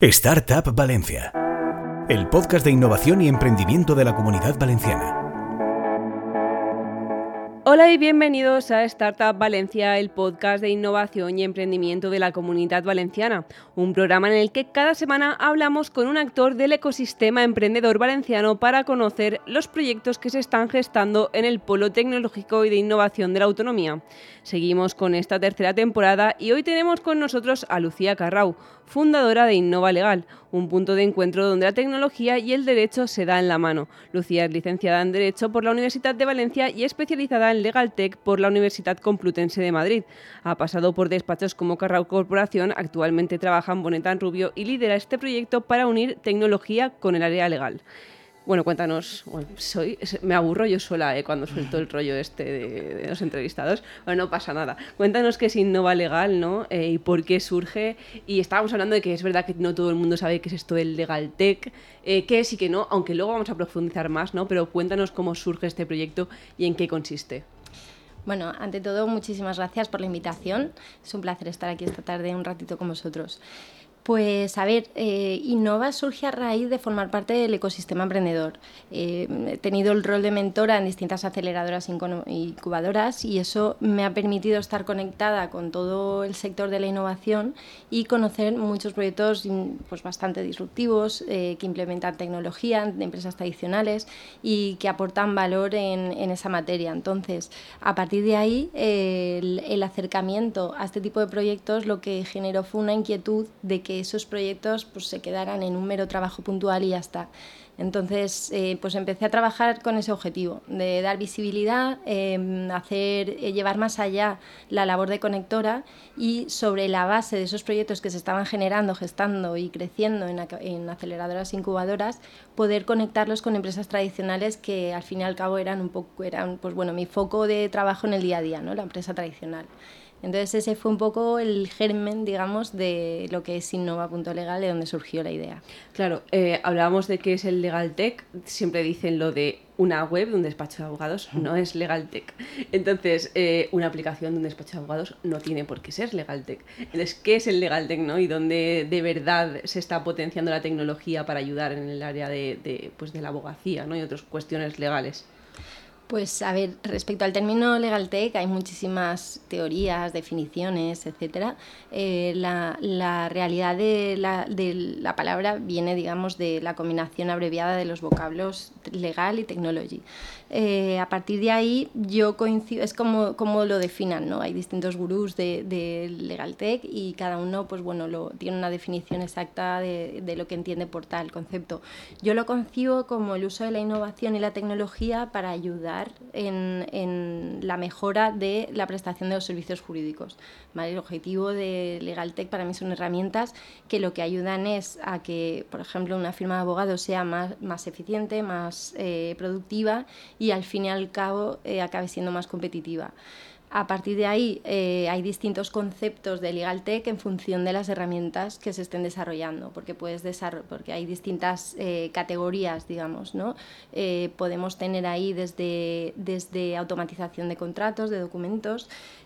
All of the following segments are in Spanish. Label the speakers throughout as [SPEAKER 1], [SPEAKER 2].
[SPEAKER 1] Startup Valencia, el podcast de innovación y emprendimiento de la Comunidad Valenciana.
[SPEAKER 2] Hola y bienvenidos a Startup Valencia, el podcast de innovación y emprendimiento de la Comunidad Valenciana, un programa en el que cada semana hablamos con un actor del ecosistema emprendedor valenciano para conocer los proyectos que se están gestando en el polo tecnológico y de innovación de la autonomía. Seguimos con esta tercera temporada y hoy tenemos con nosotros a Lucía Carrau, fundadora de Innova Legal, un punto de encuentro donde la tecnología y el derecho se dan en la mano. Lucía es licenciada en Derecho por la Universidad de Valencia y especializada en Legal Tech por la Universidad Complutense de Madrid. Ha pasado por despachos como Carrau Corporación, actualmente trabaja en Boneta Rubio y lidera este proyecto para unir tecnología con el área legal. Bueno, cuéntanos, me aburro yo sola cuando suelto el rollo de los entrevistados. Bueno, no pasa nada. Cuéntanos qué es Innova Legal, ¿no? Y por qué surge. Y estábamos hablando de que es verdad que no todo el mundo sabe qué es esto del Legal Tech, qué es y qué no, aunque luego vamos a profundizar más, ¿no? Pero cuéntanos cómo surge este proyecto y en qué consiste.
[SPEAKER 3] Bueno, ante todo, muchísimas gracias por la invitación. Es un placer estar aquí esta tarde un ratito con vosotros. Pues a ver, Innova surge a raíz de formar parte del ecosistema emprendedor. He tenido el rol de mentora en distintas aceleradoras e incubadoras y eso me ha permitido estar conectada con todo el sector de la innovación y conocer muchos proyectos pues, bastante disruptivos que implementan tecnología de empresas tradicionales y que aportan valor en esa materia. Entonces, a partir de ahí, el acercamiento a este tipo de proyectos lo que generó fue una inquietud de que esos proyectos pues, se quedaran en un mero trabajo puntual y ya está. Entonces, pues empecé a trabajar con ese objetivo, de dar visibilidad, llevar más allá la labor de conectora y sobre la base de esos proyectos que se estaban generando, gestando y creciendo en aceleradoras e incubadoras, poder conectarlos con empresas tradicionales que al fin y al cabo eran pues, bueno, mi foco de trabajo en el día a día, ¿no? La empresa tradicional. Entonces ese fue un poco el germen, digamos, de lo que es Innova.legal, de donde surgió la idea.
[SPEAKER 2] Claro, hablábamos de qué es el Legal Tech, siempre dicen lo de una web de un despacho de abogados, no es Legal Tech. Entonces, una aplicación de un despacho de abogados no tiene por qué ser Legal Tech. Entonces, ¿qué es el Legal Tech, no? Y dónde de verdad se está potenciando la tecnología para ayudar en el área de la abogacía, ¿no? Y otras cuestiones legales.
[SPEAKER 3] Pues a ver, respecto al término Legal Tech hay muchísimas teorías, definiciones, etcétera. La realidad de la palabra viene, digamos, de la combinación abreviada de los vocablos legal y technology. A partir de ahí yo coincido, es como lo definan, ¿no? Hay distintos gurús de Legal Tech y cada uno pues bueno, tiene una definición exacta de lo que entiende por tal concepto. Yo lo concibo como el uso de la innovación y la tecnología para ayudar en la mejora de la prestación de los servicios jurídicos, ¿vale? El objetivo de Legal Tech para mí son herramientas que lo que ayudan es a que, por ejemplo, una firma de abogados sea más eficiente, más productiva y al fin y al cabo acabe siendo más competitiva. A partir de ahí hay distintos conceptos de Legal Tech en función de las herramientas que se estén desarrollando, porque hay distintas categorías, digamos, ¿no? Podemos tener ahí desde automatización de contratos, de documentos.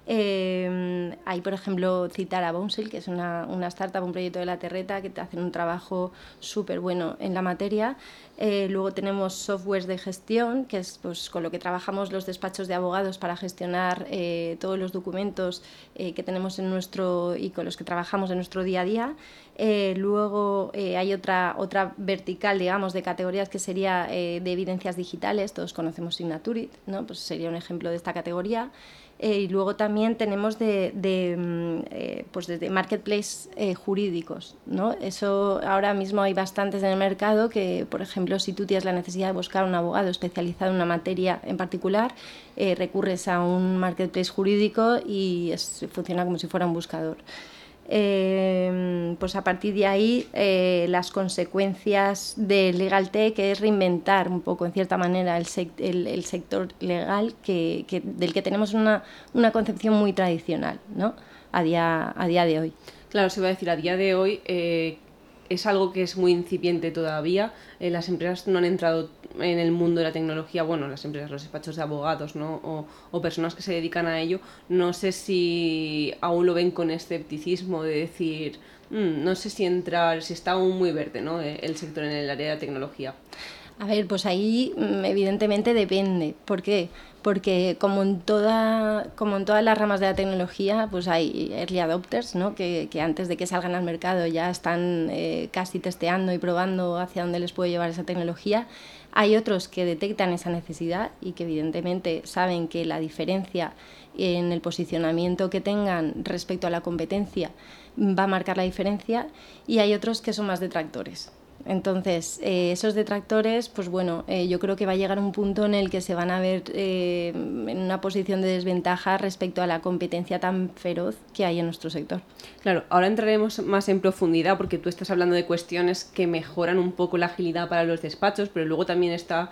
[SPEAKER 3] Hay, por ejemplo, citar a Bounsil, que es una startup, un proyecto de la Terreta, que te hacen un trabajo súper bueno en la materia. Luego tenemos softwares de gestión, que es pues, con lo que trabajamos los despachos de abogados para gestionar todos los documentos que tenemos y con los que trabajamos en nuestro día a día. Luego hay otra vertical, digamos, de categorías que sería de evidencias digitales. Todos conocemos Signaturit, ¿no? Pues sería un ejemplo de esta categoría. Y luego también tenemos pues desde marketplace jurídicos, ¿no? Eso ahora mismo hay bastantes en el mercado que, por ejemplo, si tú tienes la necesidad de buscar un abogado especializado en una materia en particular, recurres a un marketplace jurídico y funciona como si fuera un buscador. Pues a partir de ahí las consecuencias de Legal Tech es reinventar un poco en cierta manera el sector legal del que tenemos una concepción muy tradicional, ¿no? a día de hoy.
[SPEAKER 2] Claro, se va a decir a día de hoy es algo que es muy incipiente todavía. Las empresas no han entrado en el mundo de la tecnología, bueno, las empresas, los despachos de abogados, ¿no? O personas que se dedican a ello. No sé si aún lo ven con escepticismo de decir, no sé si entrar, si está aún muy verde, ¿no? El sector en el área de la tecnología.
[SPEAKER 3] A ver, pues ahí evidentemente depende. ¿Por qué? Porque como en todas las ramas de la tecnología, pues hay early adopters, ¿no? que antes de que salgan al mercado ya están casi testeando y probando hacia dónde les puede llevar esa tecnología. Hay otros que detectan esa necesidad y que evidentemente saben que la diferencia en el posicionamiento que tengan respecto a la competencia va a marcar la diferencia, y hay otros que son más detractores. Entonces, esos detractores, pues bueno, yo creo que va a llegar un punto en el que se van a ver en una posición de desventaja respecto a la competencia tan feroz que hay en nuestro sector.
[SPEAKER 2] Claro, ahora entraremos más en profundidad porque tú estás hablando de cuestiones que mejoran un poco la agilidad para los despachos, pero luego también está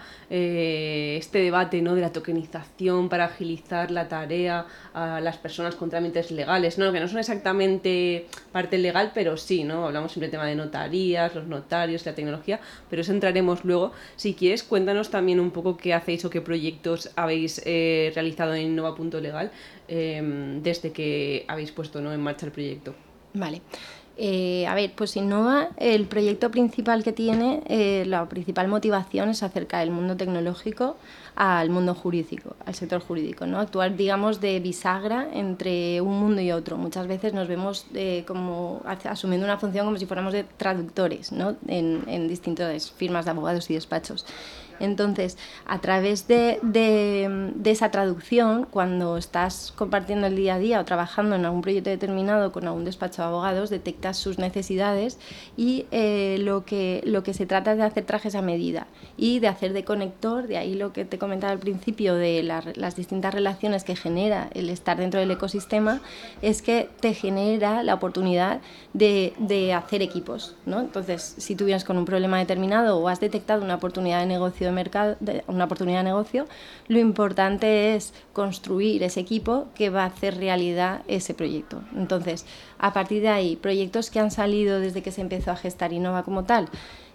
[SPEAKER 2] este debate, ¿no?, de la tokenización para agilizar la tarea a las personas con trámites legales, ¿no?, que no son exactamente parte legal, pero sí, ¿no? Hablamos siempre del tema de notarías, los notarios, la tecnología, pero eso entraremos luego. Si quieres, cuéntanos también un poco qué hacéis o qué proyectos habéis realizado en Innova.legal desde que habéis puesto, ¿no?, en marcha el proyecto.
[SPEAKER 3] Vale. A ver, pues Innova, el proyecto principal que tiene, la principal motivación es acercar el mundo tecnológico al mundo jurídico, al sector jurídico, ¿no? Actuar, digamos, de bisagra entre un mundo y otro. Muchas veces nos vemos como asumiendo una función como si fuéramos de traductores, ¿no?, en distintas firmas de abogados y despachos. Entonces, a través de esa traducción, cuando estás compartiendo el día a día o trabajando en algún proyecto determinado con algún despacho de abogados, detectas sus necesidades y lo que se trata es de hacer trajes a medida y de hacer de conector, de ahí lo que te comentaba al principio de las distintas relaciones que genera el estar dentro del ecosistema, es que te genera la oportunidad de hacer equipos, ¿no? Entonces, si tú vienes con un problema determinado o has detectado una oportunidad de negocio una oportunidad de negocio, lo importante es construir ese equipo que va a hacer realidad ese proyecto. Entonces, a partir de ahí, proyectos que han salido desde que se empezó a gestar Innova como tal,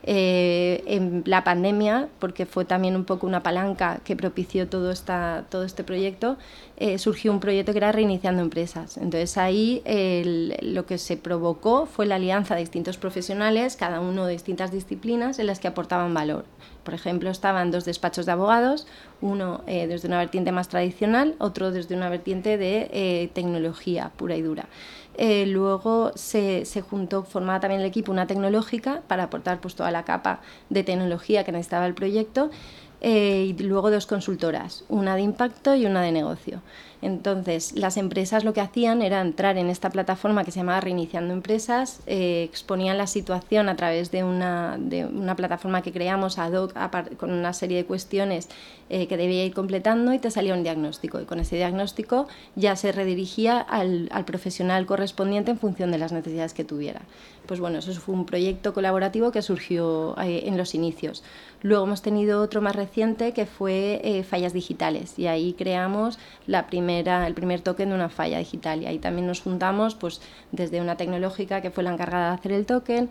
[SPEAKER 3] en la pandemia, porque fue también un poco una palanca que propició todo este proyecto, surgió un proyecto que era Reiniciando Empresas. Entonces ahí lo que se provocó fue la alianza de distintos profesionales, cada uno de distintas disciplinas en las que aportaban valor. Por ejemplo, estaban 2 despachos de abogados, uno desde una vertiente más tradicional, otro desde una vertiente de tecnología pura y dura. Luego se juntó, formaba también el equipo una tecnológica para aportar pues toda la capa de tecnología que necesitaba el proyecto, y luego 2 consultoras, una de impacto y una de negocio. Entonces, las empresas lo que hacían era entrar en esta plataforma que se llamaba Reiniciando Empresas, exponían la situación a través de una plataforma que creamos ad hoc con una serie de cuestiones que debía ir completando, y te salía un diagnóstico, y con ese diagnóstico ya se redirigía al profesional correspondiente en función de las necesidades que tuviera. Pues bueno, eso fue un proyecto colaborativo que surgió en los inicios. Luego hemos tenido otro más reciente que fue fallas digitales, y ahí creamos el primer token de una falla digital, y ahí también nos juntamos pues desde una tecnológica que fue la encargada de hacer el token,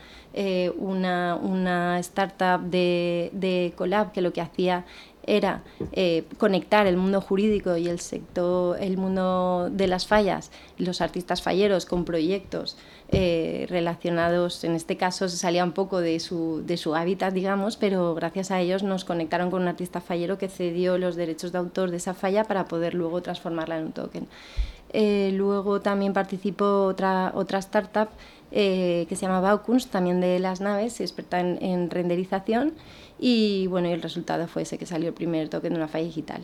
[SPEAKER 3] una startup de Colab que lo que hacía era conectar el mundo jurídico y el mundo de las fallas, los artistas falleros, con proyectos relacionados. En este caso se salía un poco de su hábitat, digamos, pero gracias a ellos nos conectaron con un artista fallero que cedió los derechos de autor de esa falla para poder luego transformarla en un token. Luego también participó otra startup que se llama Baukunst, también de las naves, experta en renderización, y bueno, y el resultado fue ese, que salió el primer token de una falla digital.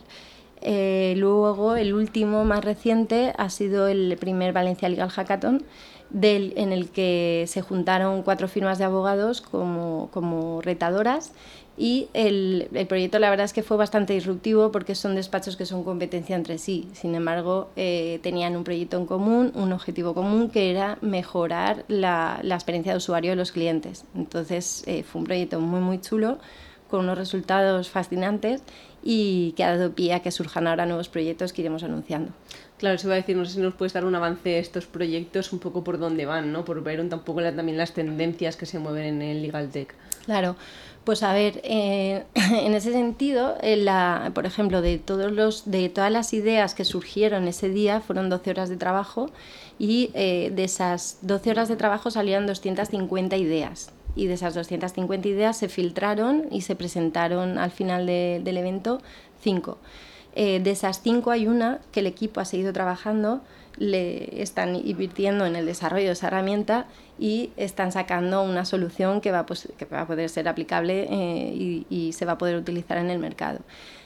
[SPEAKER 3] Luego el último más reciente ha sido el primer Valencia Legal Hackathon, en el que se juntaron 4 firmas de abogados como retadoras, y el proyecto la verdad es que fue bastante disruptivo porque son despachos que son competencia entre sí. Sin embargo, tenían un proyecto en común, un objetivo común, que era mejorar la experiencia de usuario de los clientes. Entonces fue un proyecto muy muy chulo, con unos resultados fascinantes, y que ha dado pie a que surjan ahora nuevos proyectos que iremos anunciando.
[SPEAKER 2] Claro, se va a decir, no sé si nos puedes dar un avance de estos proyectos, un poco por dónde van, ¿no? Por ver tampoco también las tendencias que se mueven en el Legal Tech.
[SPEAKER 3] Claro, pues a ver, en ese sentido, por ejemplo, de todas las ideas que surgieron ese día, fueron 12 horas de trabajo y de esas 12 horas de trabajo salieron 250 ideas. Y de esas 250 ideas se filtraron y se presentaron al final del evento 5. De esas 5 hay una que el equipo ha seguido trabajando, le están invirtiendo en el desarrollo de esa herramienta y están sacando una solución que va a poder ser aplicable y se va a poder utilizar en el mercado.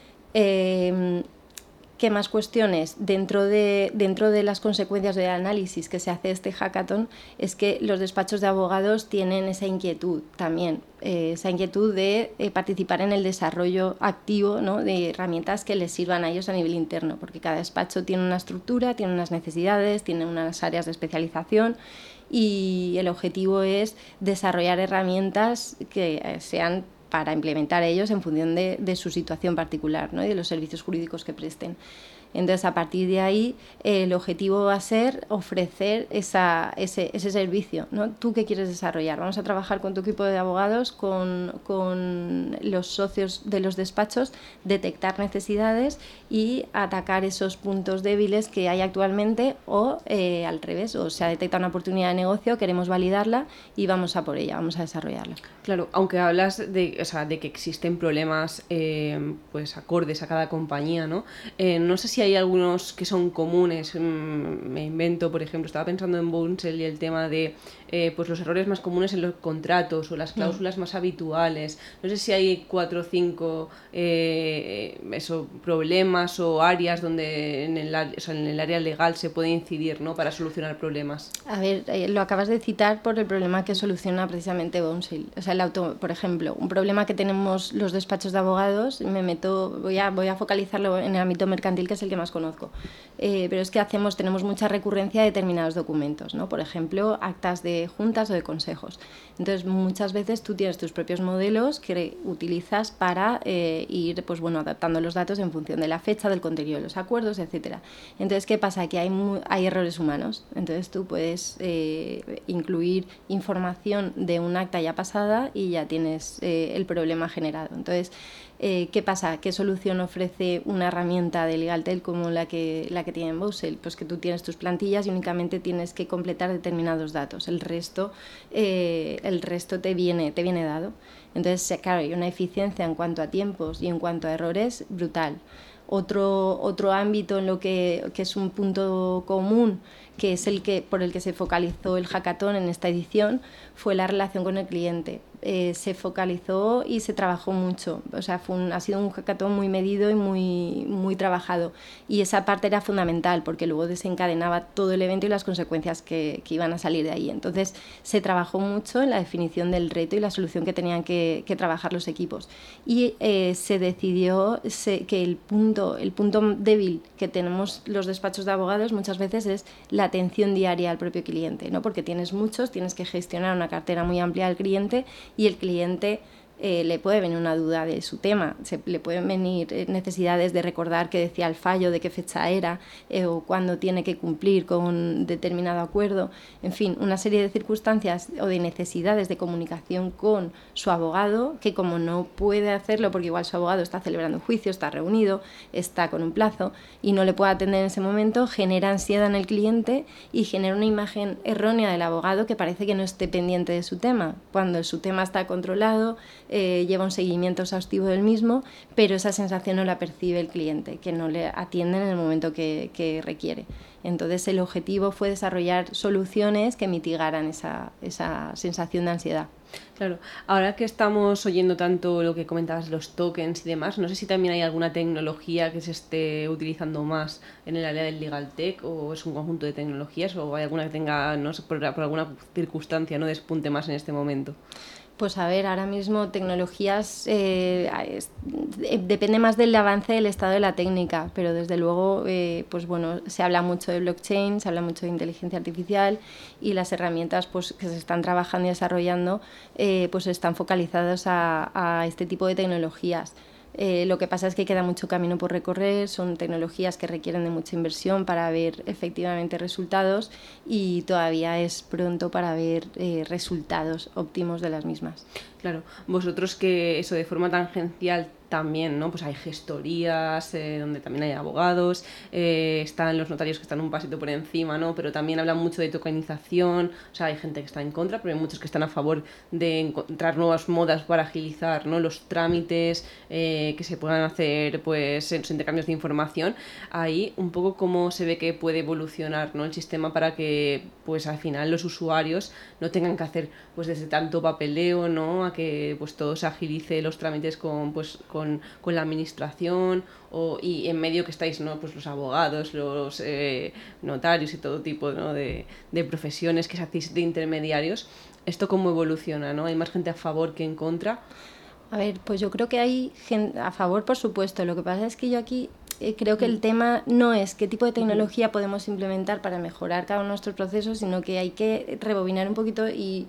[SPEAKER 3] ¿Qué más cuestiones? Dentro de las consecuencias del análisis que se hace de este hackathon es que los despachos de abogados tienen esa inquietud también, esa inquietud de participar en el desarrollo activo, ¿no?, de herramientas que les sirvan a ellos a nivel interno, porque cada despacho tiene una estructura, tiene unas necesidades, tiene unas áreas de especialización y el objetivo es desarrollar herramientas que sean para implementar ellos en función de su situación particular, ¿no?, y de los servicios jurídicos que presten. Entonces, a partir de ahí, el objetivo va a ser ofrecer ese servicio, ¿no? ¿Tú qué quieres desarrollar? Vamos a trabajar con tu equipo de abogados, con los socios de los despachos, detectar necesidades y atacar esos puntos débiles que hay actualmente o al revés, o se ha detectado una oportunidad de negocio, queremos validarla y vamos a por ella, vamos a desarrollarla.
[SPEAKER 2] Claro, aunque hablas de que existen problemas pues acordes a cada compañía, ¿no? No sé si hay algunos que son comunes, me invento, por ejemplo, estaba pensando en Bounsel y el tema de pues los errores más comunes en los contratos o las cláusulas más habituales. No sé si hay 4 o 5 problemas o áreas donde en el área legal se puede incidir, ¿no?, para solucionar problemas.
[SPEAKER 3] A ver, lo acabas de citar por el problema que soluciona precisamente Bounsel. O sea, por ejemplo, un problema que tenemos los despachos de abogados, voy a focalizarlo en el ámbito mercantil, que es el que más conozco, pero es que tenemos mucha recurrencia de determinados documentos, ¿no? Por ejemplo, actas de juntas o de consejos. Entonces, muchas veces tú tienes tus propios modelos que utilizas para ir, pues bueno, adaptando los datos en función de la fecha, del contenido de los acuerdos, etcétera. Entonces, ¿qué pasa? Que hay errores humanos. Entonces, tú puedes incluir información de un acta ya pasada y ya tienes el problema generado. Entonces, ¿qué pasa? ¿Qué solución ofrece una herramienta de LegalTech como la que tiene Bounsel? Pues que tú tienes tus plantillas y únicamente tienes que completar determinados datos. El resto te viene dado. Entonces, claro, hay una eficiencia en cuanto a tiempos y en cuanto a errores brutal. Otro ámbito en lo que es un punto común, que es por el que se focalizó el hackathon en esta edición, fue la relación con el cliente. Se focalizó y se trabajó mucho, o sea, ha sido un hackathon muy medido y muy trabajado, y esa parte era fundamental porque luego desencadenaba todo el evento y las consecuencias que iban a salir de ahí. Entonces se trabajó mucho en la definición del reto y la solución que tenían que trabajar los equipos, y se decidió que el punto débil que tenemos los despachos de abogados muchas veces es la atención diaria al propio cliente, ¿no? Porque tienes que gestionar una cartera muy amplia al cliente, y el cliente le puede venir una duda de su tema, le pueden venir necesidades de recordar qué decía el fallo, de qué fecha era, o cuándo tiene que cumplir con un determinado acuerdo, en fin, una serie de circunstancias o de necesidades de comunicación con su abogado, que como no puede hacerlo porque igual su abogado está celebrando un juicio, está reunido, está con un plazo y no le puede atender en ese momento, genera ansiedad en el cliente y genera una imagen errónea del abogado que parece que no esté pendiente de su tema, cuando su tema está controlado, lleva un seguimiento exhaustivo del mismo, pero esa sensación no la percibe el cliente, que no le atienden en el momento que requiere. Entonces el objetivo fue desarrollar soluciones que mitigaran esa sensación de ansiedad.
[SPEAKER 2] Claro, ahora que estamos oyendo tanto lo que comentabas, los tokens y demás, no sé si también hay alguna tecnología que se esté utilizando más en el área del LegalTech, o es un conjunto de tecnologías, o hay alguna que tenga, no sé, por alguna circunstancia, no despunte más en este momento.
[SPEAKER 3] Pues a ver, ahora mismo tecnologías depende más del avance del estado de la técnica, pero desde luego pues bueno, se habla mucho de blockchain, se habla mucho de inteligencia artificial, y las herramientas pues que se están trabajando y desarrollando pues están focalizadas a este tipo de tecnologías. Lo que pasa es que queda mucho camino por recorrer, son tecnologías que requieren de mucha inversión para ver efectivamente resultados y todavía es pronto para ver resultados óptimos de las mismas.
[SPEAKER 2] Claro, vosotros que eso de forma tangencial también, ¿no? Pues hay gestorías, donde también hay abogados, están los notarios que están un pasito por encima, ¿no? Pero también hablan mucho de tokenización, o sea, hay gente que está en contra, pero hay muchos que están a favor de encontrar nuevas modas para agilizar, ¿no? Los trámites, que se puedan hacer, pues, en los intercambios de información. Ahí un poco cómo se ve que puede evolucionar, ¿no? El sistema para que, pues, al final los usuarios no tengan que hacer, pues, desde tanto papeleo, ¿no? A que, pues, todo se agilice los trámites con la administración y en medio que estáis, ¿no? Pues los abogados, los notarios y todo tipo, ¿no? de profesiones que se hacéis de intermediarios. ¿Esto cómo evoluciona, ¿no? ¿Hay más gente a favor que en contra?
[SPEAKER 3] A ver, pues yo creo que hay gente a favor, por supuesto. Lo que pasa es que yo aquí creo que el tema no es qué tipo de tecnología podemos implementar para mejorar cada uno de nuestros procesos, sino que hay que rebobinar un poquito y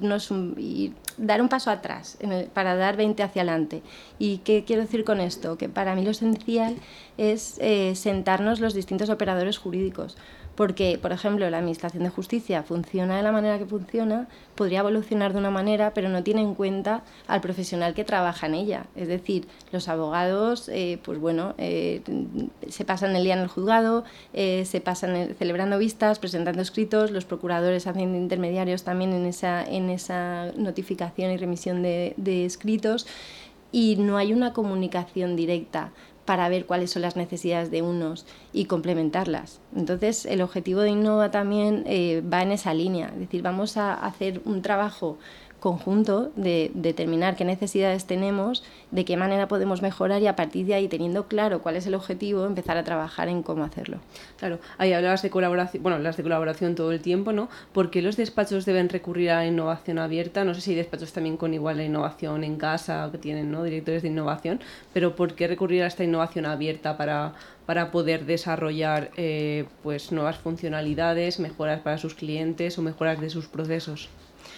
[SPEAKER 3] dar un paso atrás para dar 20 hacia adelante. ¿Y qué quiero decir con esto? Que para mí lo esencial es sentarnos los distintos operadores jurídicos. Porque, por ejemplo, la Administración de Justicia funciona de la manera que funciona, podría evolucionar de una manera, pero no tiene en cuenta al profesional que trabaja en ella. Es decir, los abogados, pues bueno, se pasan el día en el juzgado, se pasan celebrando vistas, presentando escritos, los procuradores hacen intermediarios también en esa notificación y remisión de escritos, y no hay una comunicación directa para ver cuáles son las necesidades de unos y complementarlas. Entonces, el objetivo de Innova también va en esa línea. Es decir, vamos a hacer un trabajo conjunto de determinar qué necesidades tenemos, de qué manera podemos mejorar y a partir de ahí, teniendo claro cuál es el objetivo, empezar a trabajar en cómo hacerlo.
[SPEAKER 2] Claro, ahí hablabas de colaboración, bueno, hablas de colaboración todo el tiempo, ¿no? ¿Por qué los despachos deben recurrir a la innovación abierta? No sé si hay despachos también con igual la innovación en casa, que tienen, ¿no? Directores de innovación, pero ¿por qué recurrir a esta innovación abierta para poder desarrollar pues nuevas funcionalidades, mejoras para sus clientes o mejoras de sus procesos?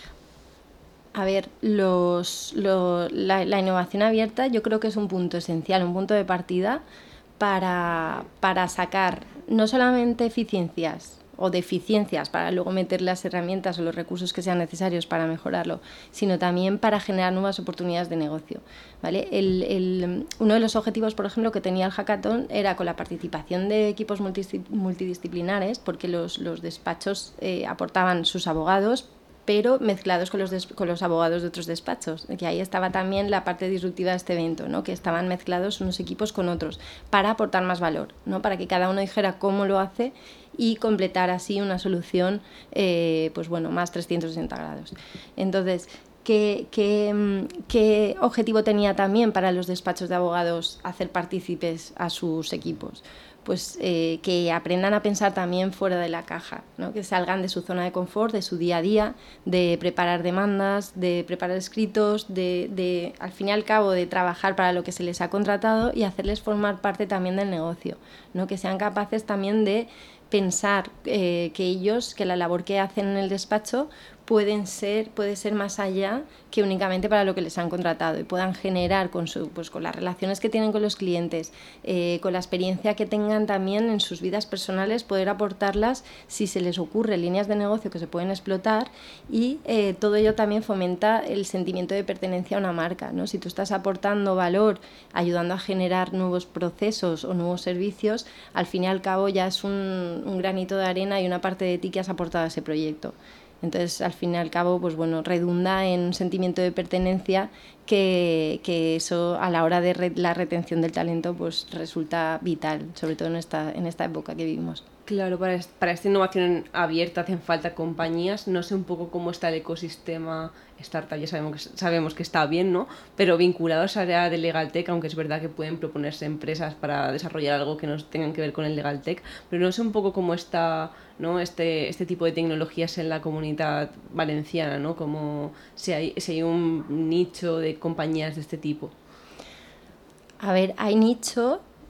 [SPEAKER 3] A ver, la innovación abierta yo creo que es un punto esencial, un punto de partida para sacar no solamente eficiencias o deficiencias para luego meter las herramientas o los recursos que sean necesarios para mejorarlo, sino también para generar nuevas oportunidades de negocio, ¿vale? Uno de los objetivos, por ejemplo, que tenía el hackathon era con la participación de equipos multidisciplinares, porque los despachos aportaban sus abogados, pero mezclados con los abogados de otros despachos, que ahí estaba también la parte disruptiva de este evento, ¿no? Que estaban mezclados unos equipos con otros para aportar más valor, ¿no? Para que cada uno dijera cómo lo hace y completar así una solución pues bueno, más 360 grados. Entonces, ¿qué objetivo tenía también para los despachos de abogados hacer partícipes a sus equipos? Pues que aprendan a pensar también fuera de la caja, ¿no? Que salgan de su zona de confort, de su día a día, de preparar demandas, de preparar escritos, de al fin y al cabo de trabajar para lo que se les ha contratado y hacerles formar parte también del negocio, ¿no? Que sean capaces también de pensar que la labor que hacen en el despacho puede ser más allá que únicamente para lo que les han contratado y puedan generar con las relaciones que tienen con los clientes, con la experiencia que tengan también en sus vidas personales, poder aportarlas si se les ocurre líneas de negocio que se pueden explotar y todo ello también fomenta el sentimiento de pertenencia a una marca, ¿no? Si tú estás aportando valor, ayudando a generar nuevos procesos o nuevos servicios, al fin y al cabo ya es un granito de arena y una parte de ti que has aportado a ese proyecto. Entonces, al fin y al cabo, pues bueno, redunda en un sentimiento de pertenencia que eso a la hora de la retención del talento pues resulta vital, sobre todo en esta época que vivimos.
[SPEAKER 2] Claro, para esta innovación abierta hacen falta compañías. No sé un poco cómo está el ecosistema startup, ya sabemos que está bien, ¿no? Pero vinculados a la área de Legal Tech, aunque es verdad que pueden proponerse empresas para desarrollar algo que no tengan que ver con el Legal Tech, pero no sé un poco cómo está, ¿no? este tipo de tecnologías en la comunidad valenciana, ¿no? Como si hay un nicho de compañías de este tipo.
[SPEAKER 3] A ver, hay nicho,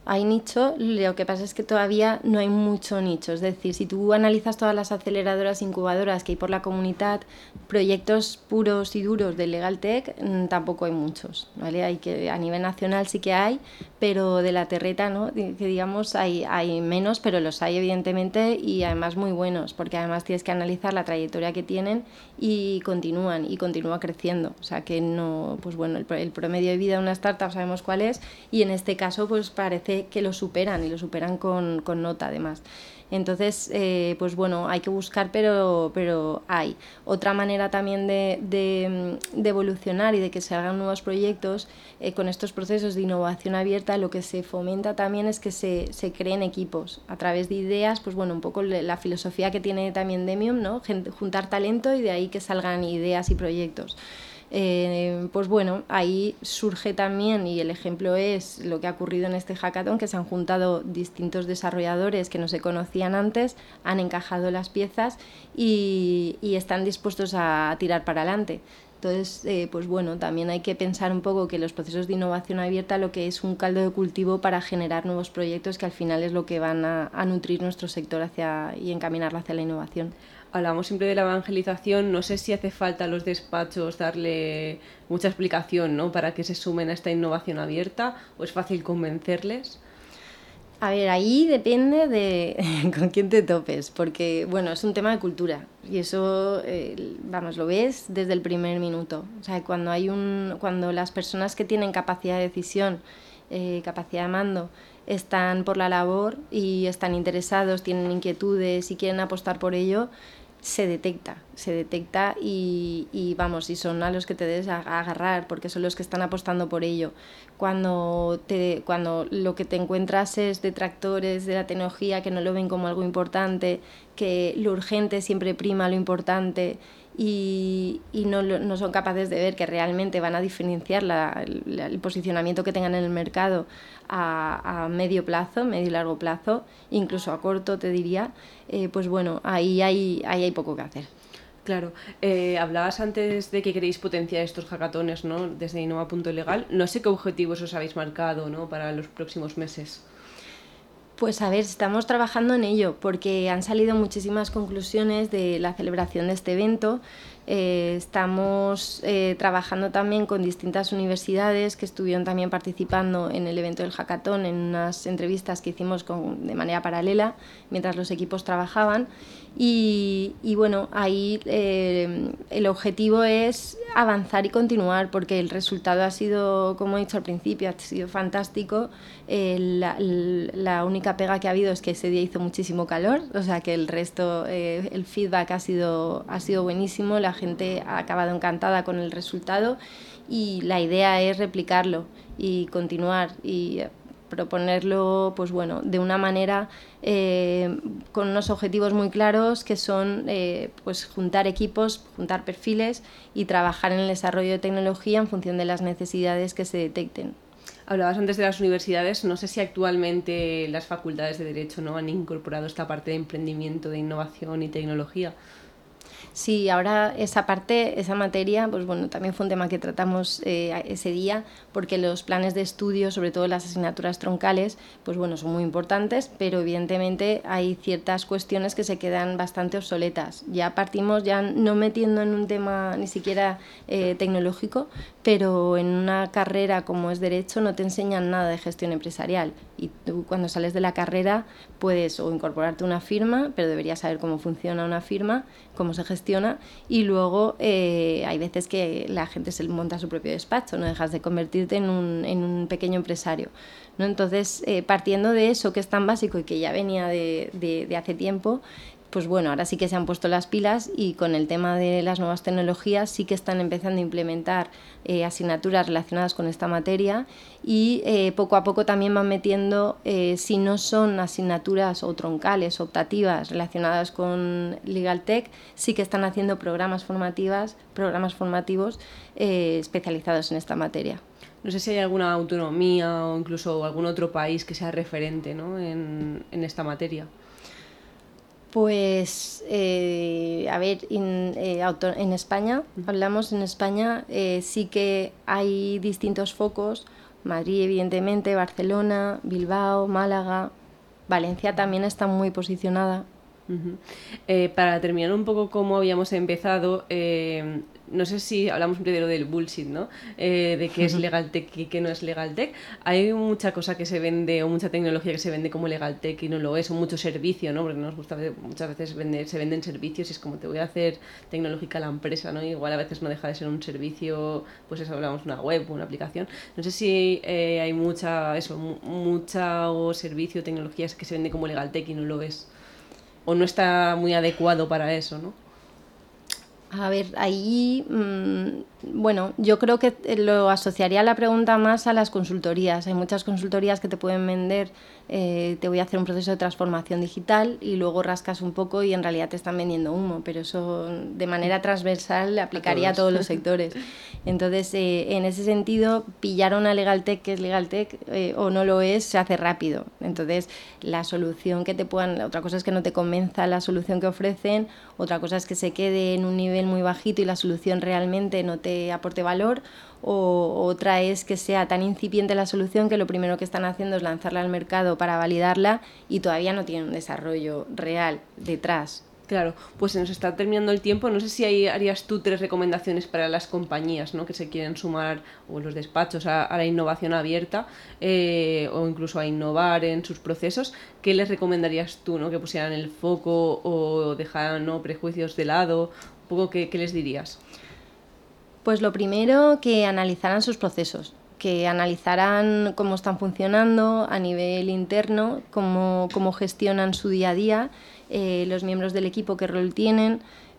[SPEAKER 3] hay nicho, lo que pasa es que todavía no hay mucho nicho. Es decir, si tú analizas todas las aceleradoras, incubadoras que hay por la comunidad, proyectos puros y duros de Legal Tech tampoco hay muchos, ¿vale? Hay que, a nivel nacional sí que hay, pero de la terreta, ¿no? Que digamos hay menos, pero los hay evidentemente, y además muy buenos, porque además tienes que analizar la trayectoria que tienen y continúa creciendo. O sea que no, pues bueno, el promedio de vida de una startup sabemos cuál es, y en este caso pues parece que lo superan, y lo superan con nota además. Entonces, pues bueno, hay que buscar, pero hay. Otra manera también de evolucionar y de que se hagan nuevos proyectos con estos procesos de innovación abierta, lo que se fomenta también es que se creen equipos a través de ideas, pues bueno, un poco la filosofía que tiene también Demium, ¿no? Juntar talento y de ahí que salgan ideas y proyectos. Pues bueno, ahí surge también, y el ejemplo es lo que ha ocurrido en este hackathon, que se han juntado distintos desarrolladores que no se conocían antes, han encajado las piezas y están dispuestos a tirar para adelante. Entonces, pues bueno, también hay que pensar un poco que los procesos de innovación abierta lo que es un caldo de cultivo para generar nuevos proyectos que al final es lo que van a nutrir nuestro sector y encaminarlo hacia la innovación.
[SPEAKER 2] Hablamos siempre de la evangelización, no sé si hace falta a los despachos darle mucha explicación, ¿no?, para que se sumen a esta innovación abierta, o es fácil convencerles.
[SPEAKER 3] A ver, ahí depende de con quién te topes, porque bueno, es un tema de cultura y eso, vamos, lo ves desde el primer minuto. O sea, cuando las personas que tienen capacidad de decisión, capacidad de mando, están por la labor y están interesados, tienen inquietudes y quieren apostar por ello, se detecta y vamos, y son a los que te debes agarrar, porque son los que están apostando por ello. Cuando lo que te encuentras es detractores de la tecnología que no lo ven como algo importante, que lo urgente siempre prima lo importante y no son capaces de ver que realmente van a diferenciar el posicionamiento que tengan en el mercado a medio plazo, medio y largo plazo, incluso a corto te diría, pues bueno, ahí hay poco que hacer.
[SPEAKER 2] Claro, hablabas antes de que queréis potenciar estos hackatones, ¿no?, desde Innova.legal. No sé qué objetivos os habéis marcado, ¿no?, para los próximos meses.
[SPEAKER 3] Pues a ver, estamos trabajando en ello porque han salido muchísimas conclusiones de la celebración de este evento. Estamos trabajando también con distintas universidades que estuvieron también participando en el evento del hackathon, en unas entrevistas que hicimos de manera paralela mientras los equipos trabajaban. Y bueno, ahí el objetivo es avanzar y continuar, porque el resultado ha sido, como he dicho al principio, ha sido fantástico. La única pega que ha habido es que ese día hizo muchísimo calor, o sea que el resto, el feedback ha sido buenísimo, la gente ha acabado encantada con el resultado y la idea es replicarlo y continuar y proponerlo, pues bueno, de una manera con unos objetivos muy claros que son pues juntar equipos, juntar perfiles y trabajar en el desarrollo de tecnología en función de las necesidades que se detecten.
[SPEAKER 2] Hablabas antes de las universidades, no sé si actualmente las facultades de Derecho, ¿no?, han incorporado esta parte de emprendimiento, de innovación y tecnología.
[SPEAKER 3] Sí, ahora esa materia, pues bueno, también fue un tema que tratamos ese día, porque los planes de estudio, sobre todo las asignaturas troncales, pues bueno, son muy importantes, pero evidentemente hay ciertas cuestiones que se quedan bastante obsoletas. Ya partimos, ya no metiendo en un tema ni siquiera tecnológico, pero en una carrera como es Derecho no te enseñan nada de gestión empresarial. Y tú cuando sales de la carrera puedes o incorporarte a una firma, pero deberías saber cómo funciona una firma, cómo se gestiona, y luego hay veces que la gente se monta su propio despacho, no dejas de convertirte en un pequeño empresario, ¿no? Entonces, partiendo de eso que es tan básico y que ya venía de hace tiempo, pues bueno, ahora sí que se han puesto las pilas y con el tema de las nuevas tecnologías sí que están empezando a implementar asignaturas relacionadas con esta materia y poco a poco también van metiendo, si no son asignaturas o troncales, optativas relacionadas con Legal Tech, sí que están haciendo programas formativos especializados en esta materia.
[SPEAKER 2] No sé si hay alguna autonomía o incluso algún otro país que sea referente, ¿no?, en esta materia.
[SPEAKER 3] Pues, a ver, en España, hablamos en España, sí que hay distintos focos. Madrid, evidentemente, Barcelona, Bilbao, Málaga. Valencia también está muy posicionada.
[SPEAKER 2] Para terminar un poco como habíamos empezado, no sé si hablamos siempre de lo del bullshit, ¿no? De qué es legal tech y qué no es legal tech. Hay mucha cosa que se vende o mucha tecnología que se vende como legal tech y no lo es, o mucho servicio, ¿no? Porque nos gusta muchas veces se venden servicios y es como te voy a hacer tecnológica la empresa, ¿no? Igual a veces no deja de ser un servicio, pues eso, hablamos una web o una aplicación. No sé si hay mucha servicio o tecnologías que se vende como legal tech y no lo es. O no está muy adecuado para eso, ¿no?
[SPEAKER 3] A ver, ahí, bueno, yo creo que lo asociaría la pregunta más a las consultorías. Hay muchas consultorías que te pueden vender, te voy a hacer un proceso de transformación digital y luego rascas un poco y en realidad te están vendiendo humo, pero eso de manera transversal le aplicaría a todos los sectores. Entonces, en ese sentido, pillar una legal tech que es legal tech o no lo es, se hace rápido. Entonces, la solución que te puedan, otra cosa es que no te convenza la solución que ofrecen, otra cosa es que se quede en un nivel muy bajito y la solución realmente no te aporte valor, o otra es que sea tan incipiente la solución que lo primero que están haciendo es lanzarla al mercado para validarla y todavía no tienen un desarrollo real detrás.
[SPEAKER 2] Claro, pues se nos está terminando el tiempo. No sé si ahí harías tú 3 recomendaciones para las compañías, ¿no? Que se quieren sumar, o los despachos, a la innovación abierta o incluso a innovar en sus procesos. ¿Qué les recomendarías tú, ¿no? Que pusieran el foco o dejaran, ¿no?, prejuicios de lado? Un poco, ¿qué les dirías?
[SPEAKER 3] Pues lo primero, que analizaran sus procesos, que analizaran cómo están funcionando a nivel interno, cómo gestionan su día a día, los miembros del equipo, qué rol tienen,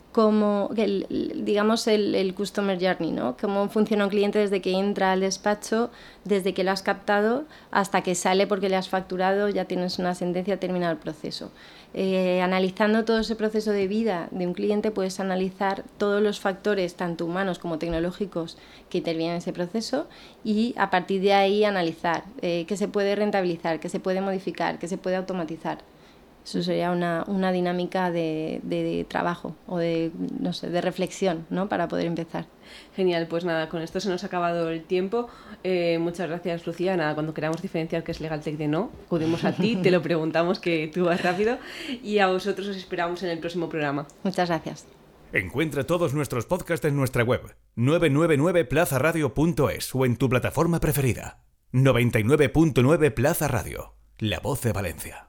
[SPEAKER 3] digamos el customer journey, ¿no? Cómo funciona un cliente desde que entra al despacho, desde que lo has captado hasta que sale porque le has facturado, ya tienes una sentencia, termina el proceso. Analizando todo ese proceso de vida de un cliente puedes analizar todos los factores, tanto humanos como tecnológicos, que intervienen en ese proceso y a partir de ahí analizar qué se puede rentabilizar, qué se puede modificar, qué se puede automatizar. Eso sería una dinámica de trabajo o de reflexión, ¿no?, para poder empezar.
[SPEAKER 2] Genial, pues nada, con esto se nos ha acabado el tiempo. Muchas gracias, Lucía. Nada, cuando queramos diferenciar qué es legal tech de no, acudimos a ti, te lo preguntamos, que tú vas rápido, y a vosotros os esperamos en el próximo programa.
[SPEAKER 3] Muchas gracias.
[SPEAKER 1] Encuentra todos nuestros podcasts en nuestra web 999plazaradio.es o en tu plataforma preferida. 99.9 Plaza Radio, la voz de Valencia.